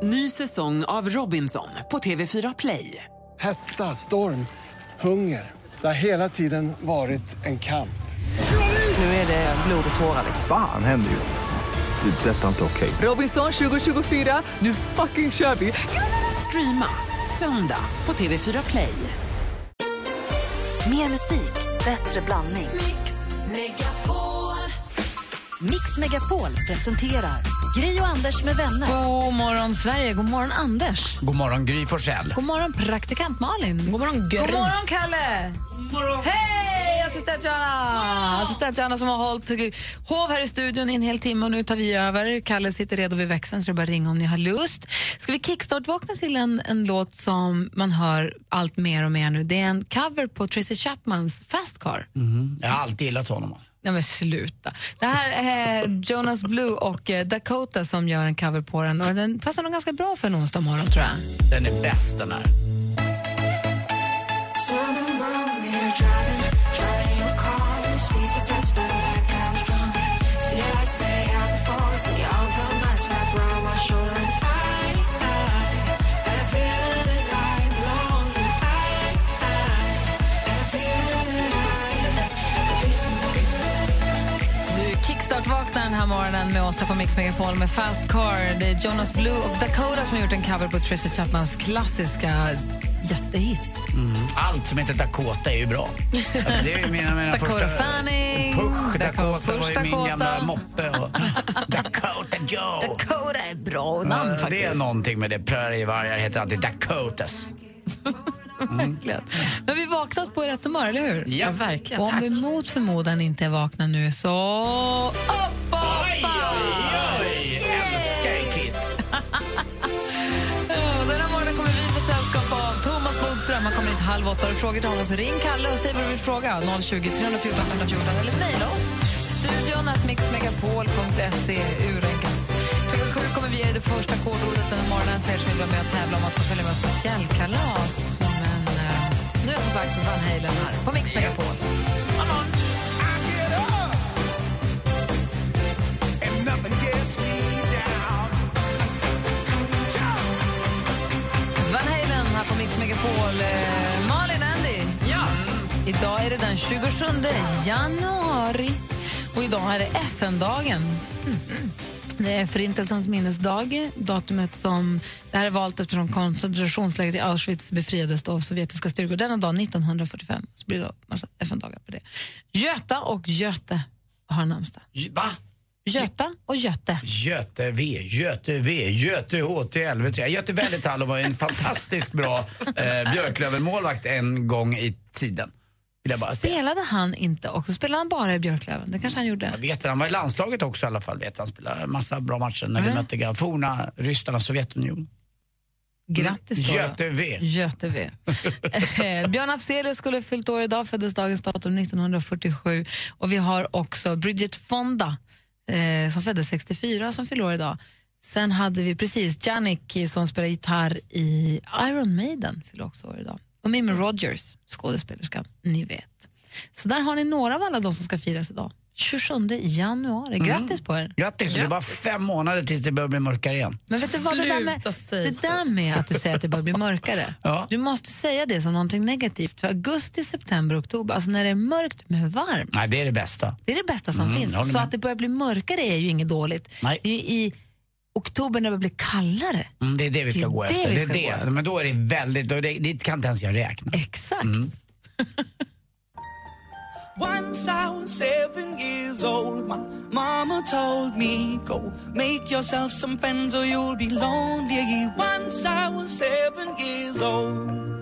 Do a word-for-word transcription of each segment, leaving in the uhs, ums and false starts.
Ny säsong av Robinson på T V fyra Play. Hetta, storm, hunger. Det har hela tiden varit en kamp. Nu är det blod och tårar. Fan händer just det. Det är detta inte okej. Robinson tjugo tjugofyra, nu fucking kör vi. Streama söndag på T V fyra Play. Mer musik, bättre blandning. Mix Megapol. Mix Megapol presenterar Gry och Anders med vänner. God morgon Sverige, god morgon Anders. God morgon Gry Forssell. God morgon praktikant Malin. God morgon Gry. God morgon Kalle. God morgon. Hej assistent Johanna. Assistent Johanna som har hållit hov här i studion i en hel timme och nu tar vi över. Kalle sitter redo vid växeln så det är bara ringa om ni har lust. Ska vi kickstart-vakna till en, en låt som man hör allt mer och mer nu. Det är en cover på Tracy Chapmans Fast Car. Mm. Jag har alltid gillat honom. Nej men sluta. Det här är Jonas Blue och Dakota som gör en cover på den. Och den passar nog ganska bra för en onsdag morgon tror jag. Den är bäst den här. Vaknar den här morgonen med oss här på Mix Megapol med Fast Car. Det är Jonas Blue och Dakota som har gjort en cover på Tracy Chapmans klassiska jättehit. Mm. Allt som heter Dakota är ju bra. Ja, det är ju mina, mina Dakota första... Fanning. Push, Dakota, Dakota var ju Dakota. min gamla moppe. Och... Dakota Joe. Dakota är bra namn ja, faktiskt. Det är någonting med det. Prärievargar heter alltid Dakotas. Mm. Men vi vaknat på rätt humör, eller hur? Ja, ja verkligen. Och om vi mot förmodan inte är vakna nu så... Upp, oj, oj, oj! Älskar Kiss! Den här morgonen kommer vi få sällskap av Thomas Bodström. Han kommer hit halv åtta och frågor till honom. Så ring Kalle och säg vad du vill fråga. noll tjugo, tre fjorton, tre fjorton eller mejla oss. Studion at mixmegapol punkt se. Urenka. Klockan sju kommer vi ge det första kodordet den här morgonen. För er som vill vara med och tävla om att få följa med oss på fjällkalas. Men eh, nu är som sagt Van Halen här på Mix Megapol. Van Halen här på Mix Megapol. Eh, Malin, Andy. Ja. Idag är det den tjugosjunde januari och idag är det F N-dagen. Mm. Det är Förintelsens minnesdag, datumet som det här är valt eftersom koncentrationsläget i Auschwitz befriades av sovjetiska styrkor. Denna dag nittonhundrafyrtiofem så blir det då massa F N-dagar på det. Göta och Göte har namnsdag. Va? Göta och Göte. Göte V, Göte V, Göte H T L V tre. Göte Välitalo var en fantastiskt bra eh, Björklöven-målvakt en gång i tiden. Vill jag bara säga. Spelade han inte också? Spelade han bara i Björklöven? Det kanske han gjorde. Jag vet, han var i landslaget också i alla fall. Vet. Han spelade en massa bra matcher när mm. vi mötte forna Ryssland och Sovjetunionen. Grattis då. Göte V. Göte V. Björn Afzelius skulle fyllt år idag, föddes dagens datum nittonhundrafyrtiosju. Och vi har också Bridget Fonda eh, som föddes sextiofyra som fyller år idag. Sen hade vi precis Jannik som spelar gitarr i Iron Maiden, fyller också år idag. Och Mimi Rogers, skådespelerskan, ni vet. Så där har ni några av alla de som ska firas idag. tjugosjunde januari. Grattis mm. på er. Grattis, det är bara fem månader tills det börjar bli mörkare igen. Men vet du vad, det där med, det där med att du säger att det börjar bli mörkare. Ja. Du måste säga det som någonting negativt. För augusti, september, oktober, alltså när det är mörkt men varmt. Nej, det är det bästa. Det är det bästa som Mm, finns. Så att det börjar bli mörkare är ju inget dåligt. Nej. Det är ju i oktober när det blir kallare. Mm, det är det vi ska det gå det efter. Vi det ska är gå det. efter. Men då är det väldigt, då är det, det kan inte ens jag räkna. Exakt. Mm. Once I was seven years old, my mama told me, go make yourself some friends or you'll be lonely. Once I was seven years old.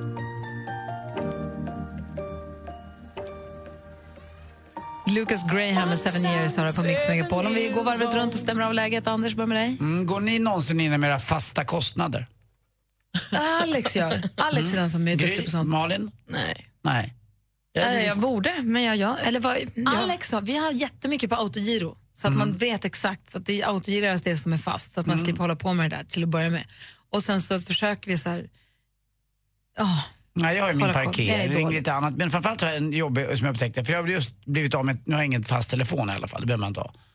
Lucas Graham med Seven Years har det på Mix Megapol. Om vi går varvet runt och stämmer av läget. Anders, börjar med dig. Mm, går ni någonsin in med era fasta kostnader? Alex gör. Alex är den som är Gry, duktig på sånt. Malin? Nej. Nej. Jag, jag, jag borde, men jag, jag eller vad, ja. Alex har, vi har jättemycket på autogiro. Så att mm. man vet exakt, så att det är autogiras det som är fast. Så att man mm. slipper hålla på med det där till att börja med. Och sen så försöker vi så här... Oh, Nej, jag har ju min parkering, är lite annat. Men framförallt har jag en jobb som jag upptäckte. För jag har just blivit av med, nu har jag ingen fast telefon i alla fall, det behöver man inte ha.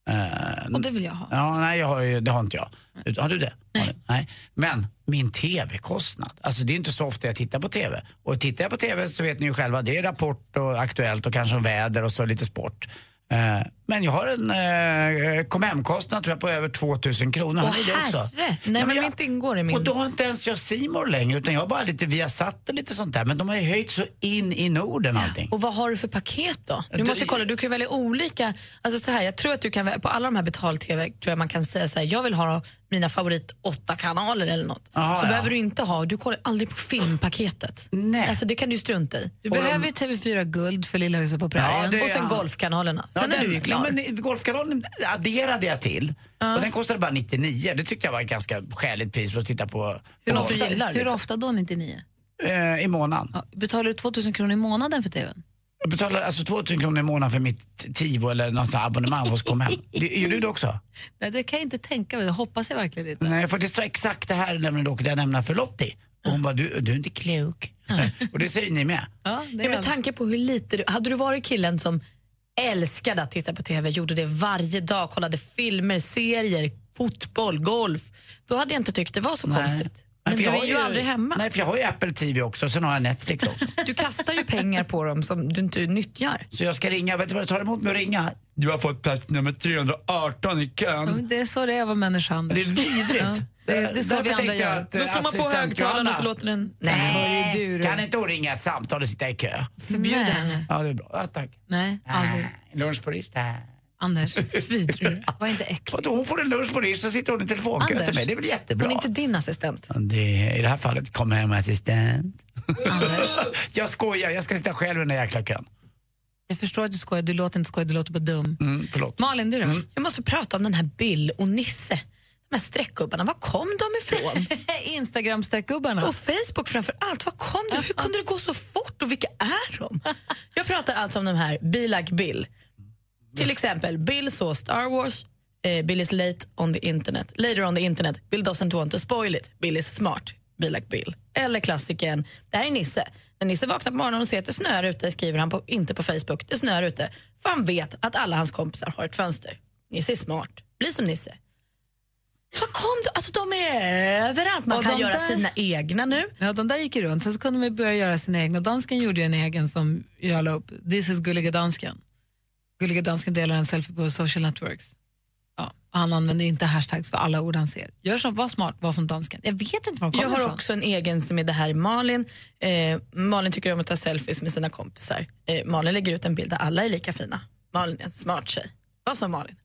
Uh, och det vill jag ha. Ja, nej, jag har ju, det har inte jag. Har du det? Nej. Har du? Nej. Men min tv-kostnad, alltså det är inte så ofta jag tittar på tv. Och tittar jag på tv så vet ni ju själva, det är Rapport och Aktuellt och kanske väder och så lite sport. Uh, men jag har en uh, kom hem-kostnad tror jag på över tvåtusen kronor. Åh, har ni det också? herre. Nej, ja, men, men jag, inte ingår i min. Och då har inte ens jag C More längre, utan jag har bara lite Viasat och lite sånt där. Men de har ju höjt så in i Norden allting. Och vad har du för paket då? Du måste kolla, du kan välja olika. Alltså så här, jag tror att du kan på alla de här betal-tv tror jag man kan säga så här, jag vill ha mina favorit åtta kanaler eller något. Aha, så ja. behöver du inte ha, du kollar aldrig på filmpaketet. Nej. Alltså det kan du strunta i. Du behöver ju T V fyra Guld för Lilla huset på prärien. Ja, det- Och sen ja. golfkanalerna. Sen Ja, är den, du ju klar. Ja, men golfkanalen adderade jag till. Och den kostade bara nittionio. Det tyckte jag var ett ganska skäligt pris för att titta på. Hur på något du gillar, Hur liksom. ofta då nintionio? eh, I månaden. Ja, betalar du tvåtusen kronor i månaden för tvn? Jag betalar alltså tvåtusen kronor i månaden för mitt Tivo eller något sånt här abonnemang hos Kom hem. Det, gör du det också? Nej, det kan jag inte tänka mig. Det hoppas jag verkligen inte. Nej, för det är så exakt det här nämligen dock det jag nämner för Lottie. Och hon bara, du, du är inte klok. Och det säger ni med. Ja, det Ja, är med alltså- tanke på hur lite du, hade du varit killen som älskade att titta på tv, gjorde det varje dag, kollade filmer, serier, fotboll, golf, då hade jag inte tyckt det var så Nej. konstigt. Nej, Men för du jag är har ju aldrig hemma. Nej, för jag har ju Apple T V också, och sen har jag Netflix också. Du kastar ju pengar på dem som du inte nyttjar. Så jag ska ringa, vet du vad det tar emot med att ringa? Du har fått plats nummer trehundraarton i Ja, kön. men det är så det är att vara människan. Det är vidrigt. Ja, det, det är så Därför vi andra tänkte jag gör. att, eh, Då slår man på assistent högtalarna Johanna- och så låter den... Nej, du, du. kan inte hon ringa ett samtal och sitta i kö? Förbjud Nej. henne. Ja, det är bra. Ja, tack. Nej, aldrig. Äh, lunch på Rish. Äh. Anders, Vidrig. var inte äcklig. Och då hon får en lunch på Rish så sitter hon i telefonkö Anders. till mig. Det är väl jättebra. Hon är inte din assistent. Det, I det här fallet, kom hem assistent. Anders, Jag skojar, jag ska sitta själv i den där jäkla kön. jag förstår att du skojar. Du låter inte skoja, du låter bara dum. Mm, förlåt. Malin, du då? Jag måste prata om den här Bill och Nisse. De här streckgubbarna, var kom de ifrån? Instagram-streckgubbarna. Och Facebook framför allt, var kom de? Hur kunde det gå så fort och vilka är de? Jag pratar alltså om de här Be Like Bill. Till exempel, Bill såg Star Wars, eh, Bill is late on the internet. Later on the internet, Bill doesn't want to spoil it. Bill is smart, Be Like Bill. Eller klassikern, det här är Nisse. När Nisse vaknar på morgonen och ser att det snöar ute skriver han på, inte på Facebook, det snöar ute. För han vet att alla hans kompisar har ett fönster. Nisse är smart, bli som Nisse. Vad kom du? Alltså de är överallt. Man Och kan de göra där- sina egna nu. Ja, de där gick ju runt. Sen så kunde man börja göra sina egna. Dansken gjorde ju en egen som jag la upp. This is Gulliga Dansken. Gulliga Dansken delar en selfie på social networks. Ja, han använder inte hashtags för alla ord han ser. Gör som, var smart, var som dansken. Jag vet inte var de kommer Jag har ifrån. också en egen som är det här Malin. Eh, Malin tycker om att ta selfies med sina kompisar. Eh, Malin lägger ut en bild där alla är lika fina. Malin är en smart tjej. Vad sa Malin?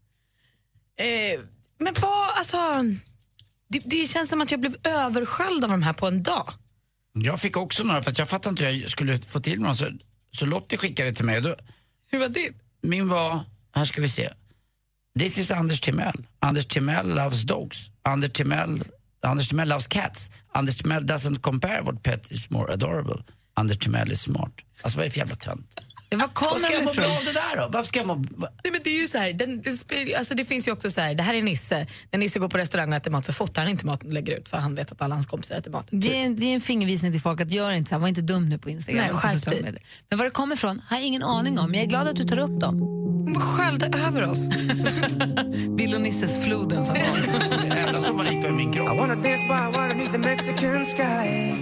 Eh, men vad, alltså... Det, det känns som att jag blev översköljd av de här på en dag. Jag fick också några, fast jag fattade inte hur jag skulle få till någon. Så, så Lottie skickade det till mig. Och då, Hur var det? min var, här ska vi se. This is Anders Timell. Anders Timell loves dogs. Anders Timell, Anders Timell loves cats. Anders Timell doesn't compare what pet is more adorable. Anders Timell is smart. Alltså vad är det för jävla tönt? Ja, var Vad kommer ska jag de må bra ifrån? av det där då? Varför ska jag må... va- Nej, men det är ju så här, den, den spel, alltså det finns ju också så här, det här är Nisse. När Nisse går på restaurang och äter mat så fotar han inte maten och lägger ut för han vet att alla hans kompisar äter mat. Det är, en, det är en fingervisning till folk att gör inte så här, var inte dum nu på Instagram. Nej, och på skärp sociala dig. medier. Men var det kommer ifrån har jag ingen aning om. Jag är glad att du tar upp dem. De sköljde över oss. Bill och Nisses floden som var. Det enda som var likt var min kropp. I wanna dance by water beneath the Mexican sky.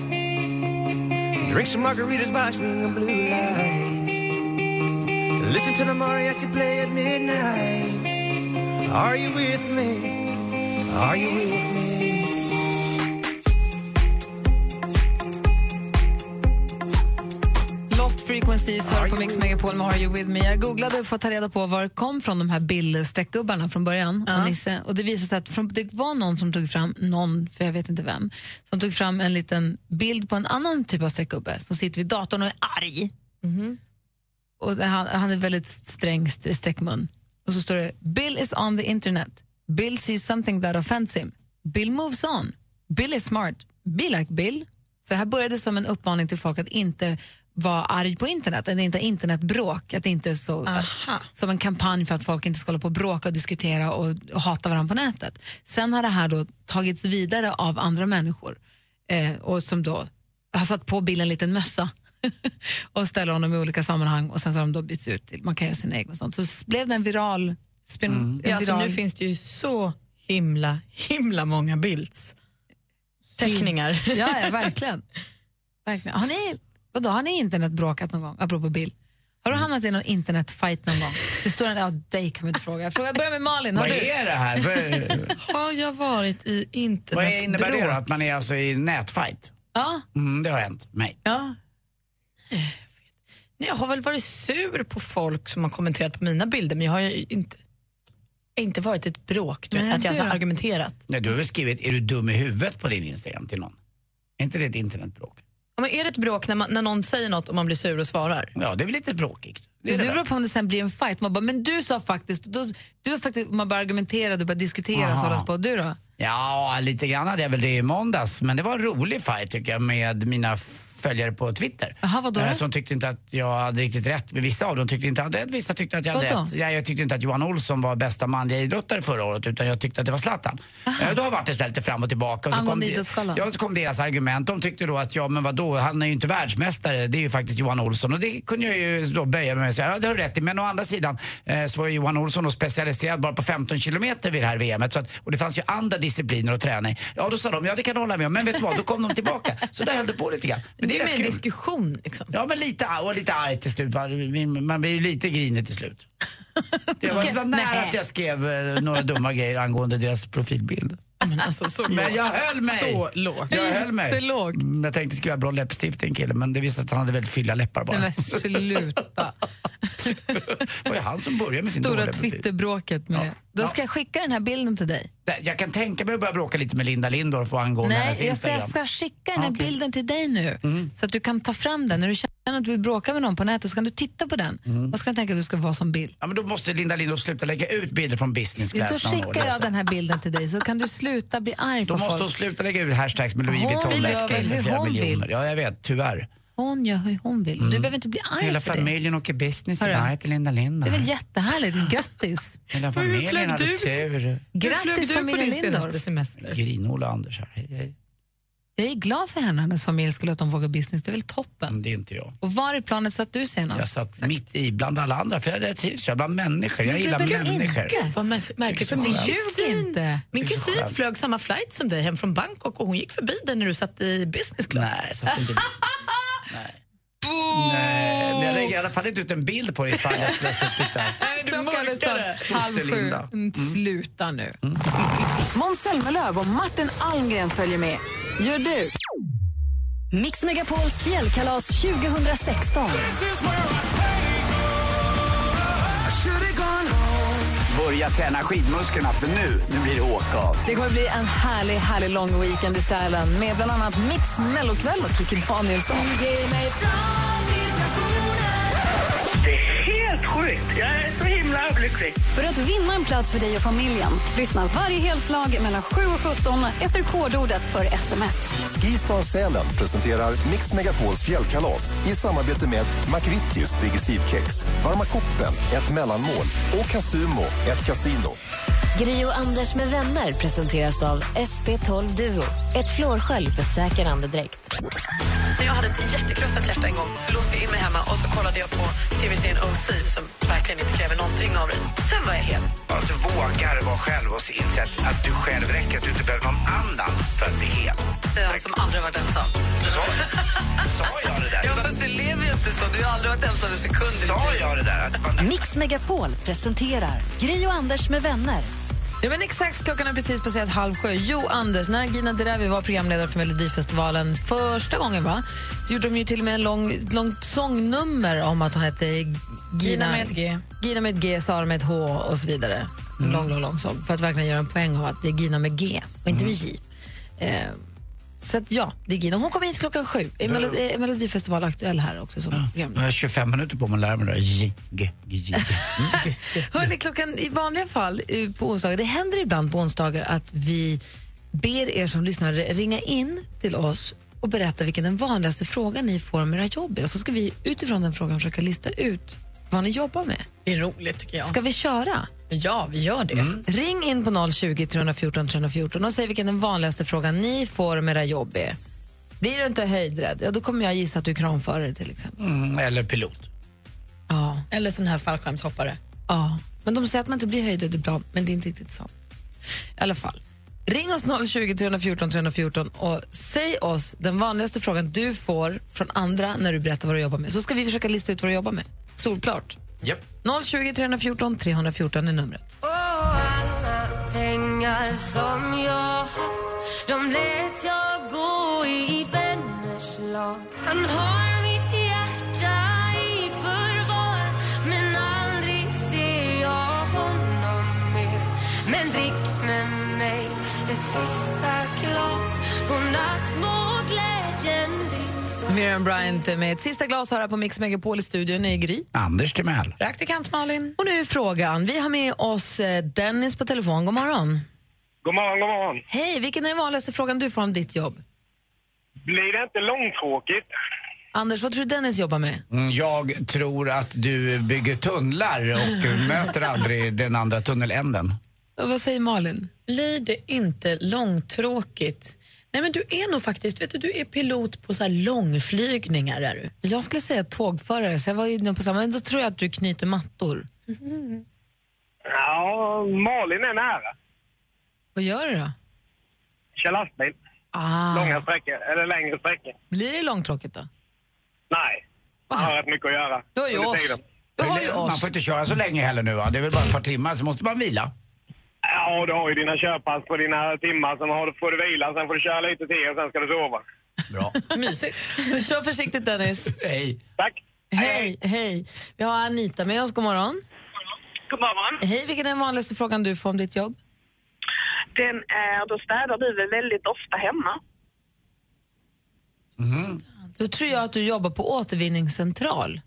Drink some margaritas by swinging blue lights. Listen to the mariachi play at midnight. Are you with me? Are you with me? Lost Frequencies hör på Mix Megapol med Are You With Me. Jag googlade för att ta reda på var det kom från de här Bill-streckgubbarna från början. Ja. Och, Nisse, och det visade sig att från, det var någon som tog fram, någon, för jag vet inte vem, som tog fram en liten bild på en annan typ av streckgubbe som sitter vid datorn och är arg. Mhm. Och han, han är väldigt sträng st- streckmun. Och så står det Bill is on the internet. Bill sees something that offends him. Bill moves on. Bill is smart. Be like Bill. Så det här började som en uppmaning till folk att inte vara arg på internet, att inte ha internetbråk, att det inte är så Aha. som en kampanj för att folk inte ska hålla på och bråka och diskutera och, och hata varandra på nätet. Sen har det här då tagits vidare av andra människor eh, och som då har satt på Bill en liten mössa och ställer honom i olika sammanhang och sen så har de då bytts ut till, man kan göra sina egna sånt. Så blev det en viral Spin, Mm. Ja, alltså, nu finns det ju så himla, himla många bilds. Teckningar. Ja, ja, verkligen. verkligen. Har ni, vadå, har ni internetbråkat någon gång, apropå bild? Har du hamnat i någon internetfight någon gång? Det står en, ja, dig kan vi inte fråga. Jag frågar, börja med Malin. Har Vad du? är det här? Har jag varit i internetbråk? Vad innebär det då? Att man är alltså i nätfight? Ja. Mm, det har hänt mig. Ja. Jag har väl varit sur på folk som har kommenterat på mina bilder, men jag har ju inte, inte varit ett bråk, tror jag, Nej, att jag du har då? argumenterat. Nej, du har väl skrivit, är du dum i huvudet på din Instagram till någon? Är inte det ett internetbråk? Ja, men är det ett bråk när, man, när någon säger något och man blir sur och svarar? Ja, det är väl lite bråkigt. Det är Det det beror på om det sen blir en fight. Man bara, men du sa faktiskt, då, du har faktiskt man bara argumentera, du bara diskutera, så hållas på. Du då? Ja, lite grann hade jag väl det i måndags. Men det var en rolig fight tycker jag med mina följare på Twitter. Aha, vadå? Eh, Som tyckte inte att jag hade riktigt rätt. Vissa av dem tyckte inte att jag hade rätt, vissa tyckte att jag hade Vadå? rätt. Jag, jag tyckte inte att Johan Olsson var bästa manliga idrottare förra året, utan jag tyckte att det var Zlatan. Eh, Då har varit det lite fram och tillbaka. Och så Angående kom, Idrottsgalan? ja, så kom deras argument. De tyckte då att, ja men vadå, han är ju inte världsmästare, det är ju faktiskt Johan Olsson. Och det kunde jag ju då böja mig och säga, ja det har du rätt i. Men å andra sidan eh, så var ju Johan Olsson då specialiserad bara på femton kilometer vid det här V M:et. Så att, och det fanns ju andra discipliner och träning. Ja, då sa de, ja det kan du hålla med om. Men vet du vad, då kom de tillbaka. Så där höll det på lite grann. Men Det är rätt mer en kul. diskussion liksom. Ja, men lite, och lite arg till slut. va? Man blir ju lite grinig till slut. Det var, det var nära Nej. att jag skrev eh, några dumma grejer angående deras profilbild. Men, alltså, så Men jag höll mig! Så lågt. Jag höll mig. Jättelågt. Mm, Jag tänkte skriva bra läppstift till en kille, men det visade sig att han hade väldigt fylla läppar bara. Nej, men sluta. Det var ju han som började med sin Stora dåliga profil. Twitterbråket med... Ja. Då Ja. ska jag skicka den här bilden till dig. Jag kan tänka mig att börja bråka lite med Linda Lindorff och angående Nej, hennes jag ska, Instagram. jag ska skicka den här Okej. bilden till dig nu. Så att du kan ta fram den. När du känner att du vill bråka med någon på nätet så kan du titta på den. Och så kan du tänka att du ska vara som bild. Ja, men då måste Linda Lindorff sluta lägga ut bilder från business class. Då när hon skickar jag läser. den här bilden till dig så kan du sluta bli arg Då på måste hon folk. sluta lägga ut hashtags med Louis Hon Vuitton gör läskar väl in hur flera hon vill. miljoner. Ja, jag vet, tyvärr. Hon gör hur hon vill. Du behöver inte bli arg Hela för det. familjen åker business Hörru. idag till Linda Lindorff. Det är väl jättehärligt. Grattis. Hela Hur familjen flög hade du ut? tur. Hur flög Grattis du på familjen din senaste Lindorff. semester? Grin-Ola och Anders här. Hej, hej. Jag är glad för henne och hennes familj skulle att de vågar business. Det är väl toppen. Men det är inte jag. Och var i planet satt du Jag senast? satt mitt i bland alla andra, för jag trivs jag bland människor. Jag gillar väl människor. inte? Gud, vad märk- märkligt. Tycker För så min skönt. Ljug kusin, inte. min Tycker så kusin skönt. flög samma flight som dig hem från Bangkok och hon gick förbi dig när du satt i business class. Nej, så att det inte visst. Nej. Nej, men jag lägger i alla fall inte ut en bild på det ifall jag skulle ha suttit där. Klockan är snart halv sju. Linda. Mm, Sluta nu. Måns Zelmerlöw och Martin Almgren följer med. Gör du? Mix Megapols fjällkalas tjugohundrasexton. Börja träna skidmusklerna, för nu, nu blir det åka av. Det kommer bli en härlig, härlig lång weekend i Sälen med bland annat Mix Mellokväll och Kikki Danielsson. Det är helt sjukt. Jag är så himla lycklig. För att vinna en plats för dig och familjen, lyssna varje helslag mellan sju och sjutton efter kodordet för sms. Skistar Sälen presenterar Mix Megapols fjällkalas i samarbete med McVittys Digestivkex, Varma Koppen, ett mellanmål och Casumo, ett kasino. Gri och Anders med vänner presenteras av S P tolv Duo. Ett flårskölj för säker andedräkt. När jag hade ett jättekrossat hjärta en gång så låste jag in mig hemma och så kollade jag på tv-serien O C som verkligen inte kräver någonting av dig. Sen var jag hel. Att du vågar vara själv och inse att, att du själv räcker, att du inte behöver någon annan för att bli hel. Det är han som aldrig varit ensam. Sa, sa jag det där? Ja, fast du lever ju inte så. Du har aldrig varit ensam en sekund. Sa jag det där? Att man... Mix Megapol presenterar Gri och Anders med vänner. Ja, men exakt, klockan är precis passerat halv sju. Jo, Anders, när Gina Dirawi var programledare för Melodifestivalen första gången, va? Så gjorde de ju till och med en lång, långt sångnummer om att hon hette Gina, Gina med ett G. Gina med ett G, Sara med ett H och så vidare. En Mm. lång, lång, lång sång. För att verkligen göra en poäng av att det är Gina med G och inte med J. Eh, så att ja, det är Gina. Hon kommer hit klockan sju. Är Melod- är Melodifestival aktuell här också som programledare? Jag har tjugofem minuter på mig att lära mig det där. J, G, G, G. Hörrni, klockan i vanliga fall eh, på onsdagar, det händer ibland på onsdagar att vi ber er som lyssnar ringa in till oss och berätta vilken den vanligaste frågan ni får om era jobb är. Och så ska vi utifrån den frågan försöka lista ut vad ni jobbar med. Det är roligt tycker jag. Ska vi köra? Ja, vi gör det. Mm. Ring in på noll tjugo, tre fjorton, tre fjorton och säg vilken den vanligaste frågan ni får om era jobb är. Blir du inte höjdrädd? Ja, då kommer jag gissa att du är kranförare till exempel. Mm, eller pilot. Ja. Eller sån här fallskärmshoppare. Ja. Men de säger att man inte blir höjdrädd ibland, men det är inte riktigt sant. I alla fall. Ring oss noll tjugo, tre fjorton, tre fjorton och säg oss den vanligaste frågan du får från andra när du berättar vad du jobbar med. Så ska vi försöka lista ut vad du jobbar med. Solklart. Yep. noll tjugo, tre fjorton, tre fjorton är numret. Och alla pengar som jag haft, de lät jag gå i vänners lag. Han har mitt hjärta i förvar, men aldrig ser jag honom mer. Men drick med mig ett sista glas, godnatt må glädjen lysa. Miriam Bryant med ett sista glas här på Mix Megapol i studion i Gry. Anders Timell. Praktikant Malin. Och nu är frågan, vi har med oss Dennis på telefon. God morgon. God morgon, god morgon. Hej, vilken är den vanligaste frågan du får om ditt jobb? Blir det inte långtråkigt? Anders, vad tror du Dennis jobbar med? Mm, jag tror att du bygger tunnlar och möter aldrig den andra tunneländen. Och vad säger Malin? Blir det inte långtråkigt? Nej, men du är nog faktiskt, vet du, du är pilot på så här långflygningar, är du? Jag skulle säga tågförare, så jag var inne på samma, men då tror jag att du knyter mattor. Mm. Ja, Malin är nära. Vad gör du då? Kör lastbil. Ah. Långa sträckor, eller längre sträckor. Blir det långtråkigt då? Nej, jag har rätt mycket att göra. Du har ju oss. Du har ju oss. Man får inte köra så länge heller nu, va? Det är väl bara ett par timmar, så måste man vila. Ja, du har ju dina körpass på dina timmar, sen har du, får du vila, sen får du köra lite till och sen ska du sova. Bra. Mysigt. Kör försiktigt, Dennis. Hej. Tack. Hej, hej. Vi har Anita med oss. God morgon. God morgon. Hej, vilken är den vanligaste frågan du får om ditt jobb? Den är, då städar du väl väldigt ofta hemma? Mm. Då tror jag att du jobbar på återvinningscentral.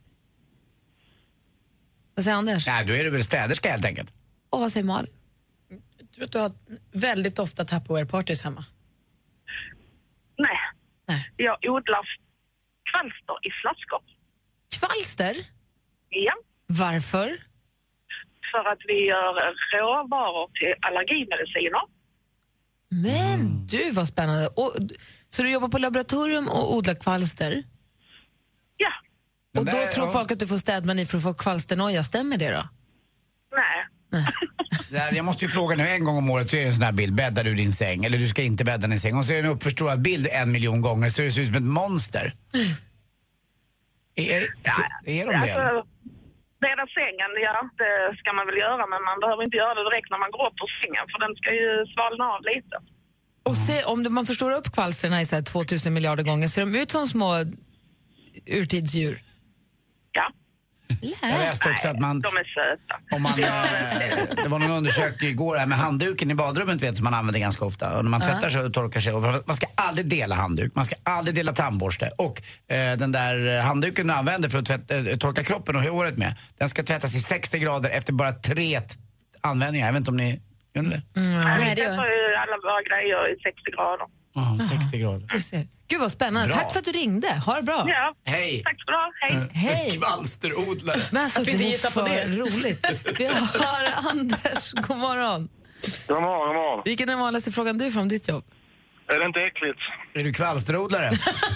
Vad säger Anders? Nej, då är du väl städerska helt enkelt. Och vad säger Malin? Jag tror att du har väldigt ofta Tupperware-parties hemma. Nej. Nej. Jag odlar kvalster i flaskor. Kvalster? Ja. Varför? För att vi gör råvaror till allergimediciner. Men Mm. du, vad spännande. Och, så du jobbar på laboratorium och odlar kvalster? Ja. Och då där, tror ja. folk att du får städmani för att få kvalsternoja. Stämmer det då? Nej. Där, jag måste ju fråga nu, en gång om året så är det en sån här bild. Bäddar du din säng? Eller du ska inte bädda din säng. Och så är det en uppförstorad bild en miljon gånger så det ser ut som ett monster. Är, är, Ja, är de det? alltså, eller? bädda sängen, ja, det ska man väl göra, men man behöver inte göra det direkt när man går upp ur sängen, för den ska ju svalna av lite. Och se, om du, man förstår upp kvalsterna i så här tvåtusen miljarder gånger, ser de ut som små urtidsdjur? Ja. Jag läste också att man... De är söta. Om man, eh, det var någon undersökning igår här med handduken i badrummet, vet, som man använder ganska ofta. Och när man tvättar sig och torkar sig. Och man ska aldrig dela handduk, man ska aldrig dela tandborste. Och eh, den där handduken du använder för att tvätta, eh, torka kroppen och håret med, den ska tvättas i sextio grader efter bara tre t- användningar. Jag vet inte om ni gör det? Mm, Nej, nej, vi det gör tvättar ju alla våra grejer i sextio grader. Ja, sextio grader. Du ser. Gud vad spännande. Bra. Tack för att du ringde. Ha det bra. Ja. Hej! Tack så bra. Hej. Hej. Kvalsterodlare. Men alltså, Att vi inte det är gissar på för det. roligt. Vi har Anders. God morgon. God morgon, god morgon. Vilken är den vanligaste frågan du får om ditt jobb? Är det inte äckligt? Är du kvalsterodlare?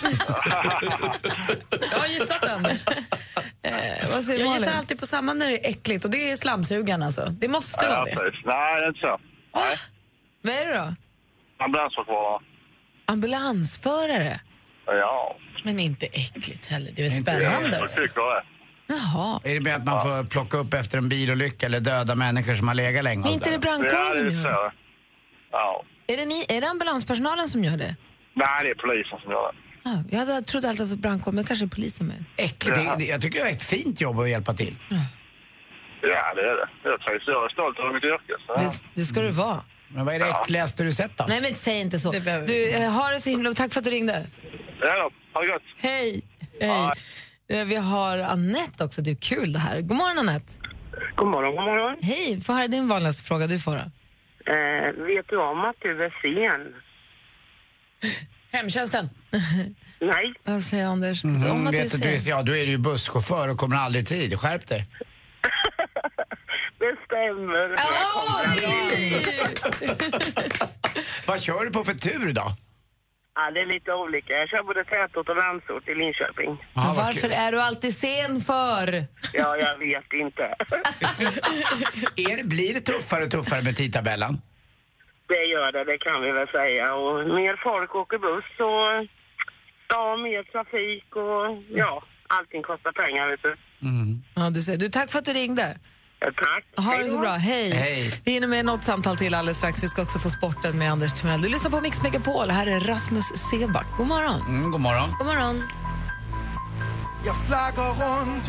Jag har gissat, Anders. Eh, vad säger Jag Malin? gissar alltid på samma när det är äckligt, och det är slamsugan alltså. Det måste vara det. Nej, det är inte så. Nej. Vad är det då? Ambulansförklarare. Ambulansförare? Ja. Men inte äckligt heller, det är väl Inte spännande. Jag tycker det. Jaha. Är det med att man får plocka upp efter en bilolycka eller döda människor som har legat länge? Men inte är det brandkåren som gör det? Ja. Är det, ni, är det ambulanspersonalen som gör det? Nej, det är polisen som gör det. Ah, jag hade trott alltid att det var brandkåren, men kanske polisen med. Äckligt. Det, det, jag tycker det är ett fint jobb att hjälpa till. Ja, det är det. Jag trivs. Jag är stolt över mitt yrke. Så. Det, det ska du vara. Men vad är det äckligaste du sett då? Nej, men säg inte så. Det behöver Du, eh, har det så himla... Tack för att du ringde. Ja, då. Ha det gott. Hej. Hej. Eh, Vi har Annette också. Det är kul det här. God morgon, Annette. God morgon, god morgon. Hej. Vad är din vanligaste fråga du får då? Eh, vet du om att du är sen? Hemtjänsten. Nej. Vad säger Anders? Mm, Om att vet du du, du, är, ser... ja, du är ju busschaufför och kommer aldrig i tid. Skärp dig. Det stämmer. Vad kör du på för tur då? Ja, det är lite olika. Jag kör både tätort och landsort i Linköping. Ah, varför är du alltid sen för? Ja, jag vet inte. är det, blir det tuffare och tuffare med tidtabellen? Det gör det, det kan vi väl säga. Och mer folk åker buss och ja, mer trafik och ja, allting kostar pengar, vet du. Mm. Ja, du ser. Du, tack för att du ringde. Ja, tack. Ha det så bra. Hej. Hej. Vi hinner med något samtal till alldeles strax. Vi ska också få sporten med Anders Timell. Du lyssnar på Mix Megapol. Här är Rasmus Seback. God morgon. Mm, god morgon. God morgon. Jag flaggar runt.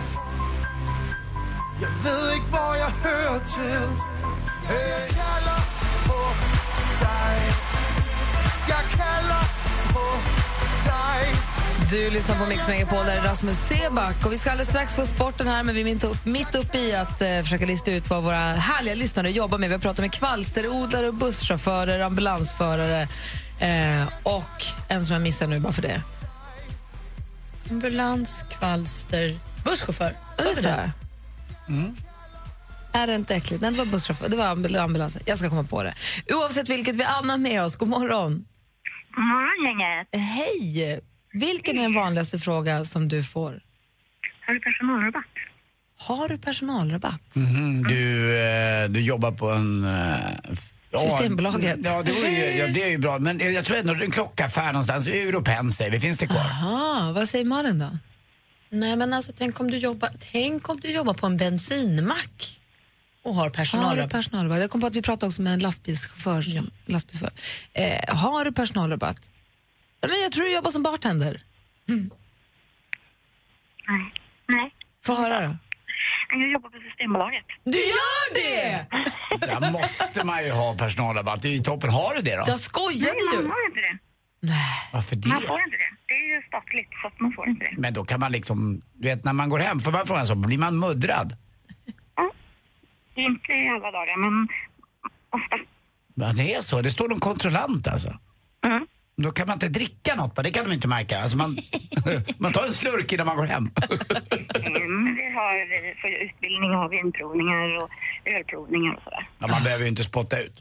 Jag vet inte vad jag hör till. Jag kallar på dig. Jag kallar på dig. Du lyssnar på Mix Megapol, där är Rasmus Seback. Och vi ska alldeles strax få sporten här, men vi är mitt, upp, mitt uppe i att eh, försöka lista ut vad våra härliga lyssnare jobbar med. Vi har pratat med kvalsterodlare, busschaufförer, ambulansförare eh, och en som jag missar nu bara för det. Ambulans, kvalster, busschaufför. Så är det. Mm. Är det inte äckligt? Nej, det var busschaufför, det var ambulansen. Jag ska komma på det. Oavsett vilket, vi har Anna med oss. God morgon. God morgon, gänget. Hej. Vilken är den vanligaste fråga som du får? Har du personalrabatt? Har du personalrabatt? Mm, du, eh, du jobbar på en... Eh, Systembolaget. Ja, det, var ju, ja, det är ju bra. Men jag tror ändå en klockaffär någonstans. Europen säger vi. Finns det kvar? Aha, vad säger Malin då? Nej, men alltså tänk om du jobbar, tänk om du jobbar på en bensinmack och har personalrabatt. Har du personalrabatt? Jag kom på att vi pratade också med en lastbilschaufför. Ja. lastbilschaufför. Eh, har du personalrabatt? Men jag tror du jobbar som bartender. Mm. Nej. Nej. Få höra då. Jag jobbar på Systembolaget. Du gör det! Där måste man ju ha personalrabatt. Det är ju toppen. Har du det då? Jag skojade ju. ju. Man har inte det. Nej. Varför det? Man får inte det. Det är ju statligt, så att man får inte det. Men då kan man liksom, du vet när man går hem, får man fråga så, blir man muddrad? Ja. Inte alla dagar, men ofta. Ja, det är så. Det står någon kontrollant alltså. Mm. Då kan man inte dricka något, det kan de inte märka. Alltså man, man tar en slurk innan man går hem. Mm, vi har vi får ju utbildning och vinprovningar och ölprovningar och sådär. Ja, man behöver ju inte spotta ut.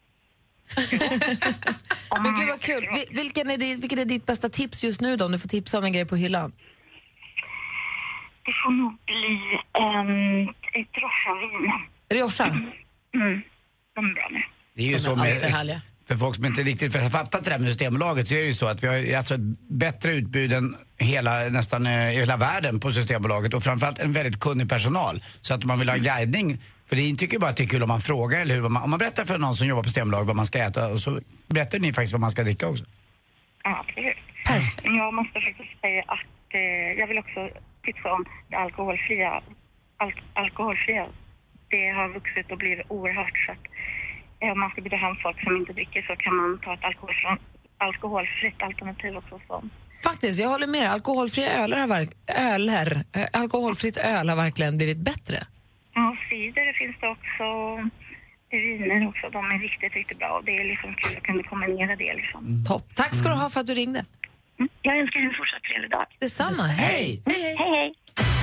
Men gud vad kul. Vil- vilken, är ditt, vilken är ditt bästa tips just nu då, om du får tipsa om en grej på hyllan? Det får nog bli en, ett Rioja-vin. Rioja? Mm, de är bra nu. Det är ju De så är med, alltid härliga. för folk som inte riktigt för fattat det där med Systembolaget, så är det ju så att vi har alltså ett bättre utbud än hela, nästan eh, hela världen på Systembolaget, och framförallt en väldigt kunnig personal. Så att om man vill ha guidning, för det tycker ju bara att det är kul om man frågar, eller hur? Om man, om man berättar för någon som jobbar på Systembolaget vad man ska äta, och så berättar ni faktiskt vad man ska dricka också. Ja, absolut. Perfekt. Men jag måste faktiskt säga att eh, jag vill också tipsa om det alkoholfria. Al- alkoholfria. Det har vuxit och blivit oerhört, så att eh, om man ska bjuda hem folk som inte dricker så kan man ta ett alkoholfritt, alkoholfritt alternativ också. Så. Faktiskt, jag håller med. Alkoholfria öler har verk- öler, äh, alkoholfritt öl har verkligen blivit bättre. Ja, cider finns det också. Viner också. De är riktigt, riktigt bra. Det är liksom kul att kunna kombinera det liksom. Mm. Topp. Tack ska du ha för att du ringde. Mm. Jag önskar er en fortsatt trevlig dag. Detsamma. Hej. Hej, hej. hej, hej.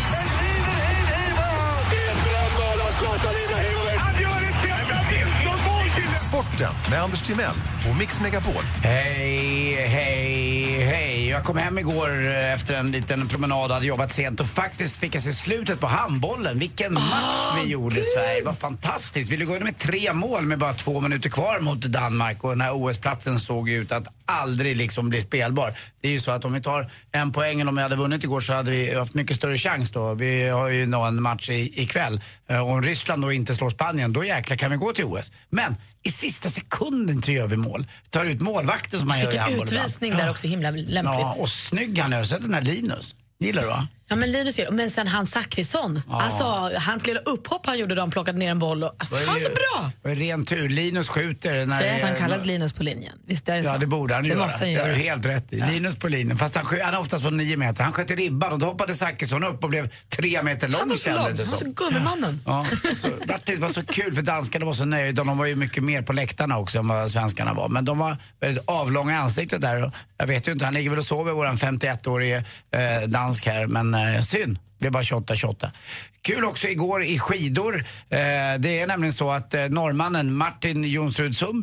Sporten med Anders Timell och Mix Megapol. Hej, hej, hej. Jag kom hem igår efter en liten promenad och hade jobbat sent, och faktiskt fick jag se slutet på handbollen. Vilken match oh, vi gjorde i Sverige. Det var fantastiskt. Vi låg med tre mål med bara två minuter kvar mot Danmark, och den här O S-platsen såg ut att aldrig liksom bli spelbar. Det är ju så att om vi tar en poäng, eller om vi hade vunnit igår, så hade vi haft mycket större chans då. Vi har ju nå en match i, ikväll. Och om Ryssland då inte slår Spanien, då jäkla kan vi gå till O S. Men i sista sekunden tror jag vi mål. Tar ut målvakten som man gör i handboll. Vilken utvisning där också, himla lämpligt. Ja, och snygg han är. Så den här Linus. Gillar du va? Ja, men Linus gillar. Men sen han Zachrisson. Ja. Alltså, hans lilla upphopp han gjorde då han plockade ner en boll. Och, alltså, han var så bra! Det var ren tur. Linus skjuter. När Säg att han kallas Linus på linjen. Visst är det så? Ja, det borde han det göra. Måste han det göra. har du helt rätt i. Ja. Linus på linjen. Fast han, han är oftast från nio meter. Han sköt i ribban, och då hoppade Zachrisson upp och blev tre meter lång. Han var så lång. Han var så gummemannen. Ja, så, det var så kul, för danskarna var så nöjda. De var ju mycket mer på läktarna också än vad svenskarna var. Men de var väldigt avlånga ansiktet där. Jag vet ju inte, han ligger väl och sover, våran femtioettårige eh, dansk här. Men eh, synd. Det är bara tjugoåtta tjugoåtta. Kul också igår i skidor. Eh, det är nämligen så att eh, norrmannen Martin Jonsrud Sundby,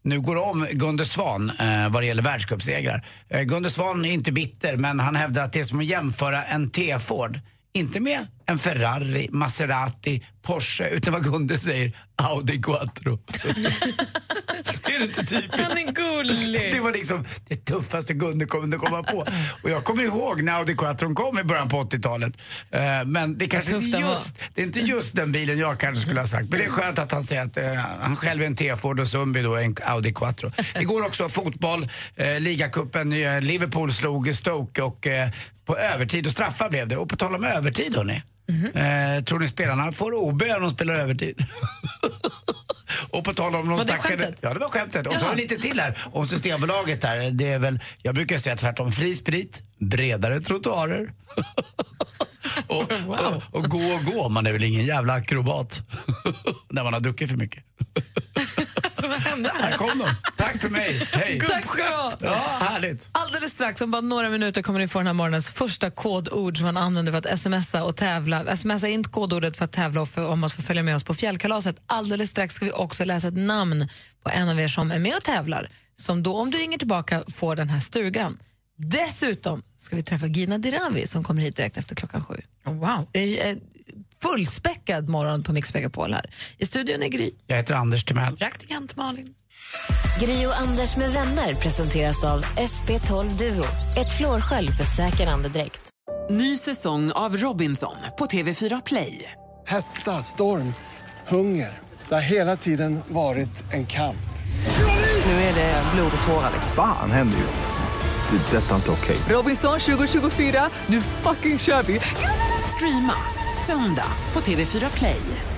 nu går om Gunde Svan eh, vad det gäller världscupsegrar. Eh, Gunde Svan är inte bitter, men han hävdar att det är som att jämföra en T-Ford. Inte med en Ferrari, Maserati, Porsche, utan vad Gunde säger, Audi Quattro. Är det inte typiskt? Han är gullig. Det var liksom det tuffaste Gunde kunde komma på. Och jag kommer ihåg när Audi Quattro kom i början på åttiotalet. Uh, men det är kanske inte just, det är inte just den bilen jag kanske skulle ha sagt. Men det är skönt att han säger att uh, han själv är en T-Ford och Sundby då är en Audi Quattro. Igår också fotboll, uh, ligacupen, uh, Liverpool slog Stoke och uh, på övertid och straffar blev det. Och på tal om övertid, hörni. Mm-hmm. Eh, tror ni spelarna får O B om de spelar övertid? Och på tal om de stackade... Ja, det var skämtet. Och så har vi lite till här om Systembolaget här. Det är väl, jag brukar säga tvärtom, fri sprit, bredare trottoarer. och, wow. och, och gå och gå, man är väl ingen jävla akrobat när man har druckit för mycket. Så vad hände här? Här kom de. Tack för mig. Hej. Tack ska du ha. Ja, härligt. Alldeles strax, om bara några minuter, kommer ni få den här morgonens första kodord som man använder för att smsa och tävla. Smsa inte kodordet för att tävla och för, om man ska följa med oss på fjällkalaset. Alldeles strax ska vi också läsa ett namn på en av er som är med och tävlar. Som då, om du ringer tillbaka, får den här stugan. Dessutom ska vi träffa Gina Dirawi som kommer hit direkt efter klockan sju. Oh, wow. Fullspäckad morgon på Mix Megapol här. I studion är Gry. Jag heter Anders Timell. Praktikant Malin. Gry och Anders med vänner presenteras av S P tolv Duo. Ett flårskölj för säker andedräkt. Ny säsong av Robinson på T V fyra Play. Hetta, storm, hunger. Det har hela tiden varit en kamp. Nu är det blod och tårar. Fan händer just det. Det är detta inte okej. Robinson tjugo tjugofyra, nu fucking kör vi. Streama söndag på T V fyra Play.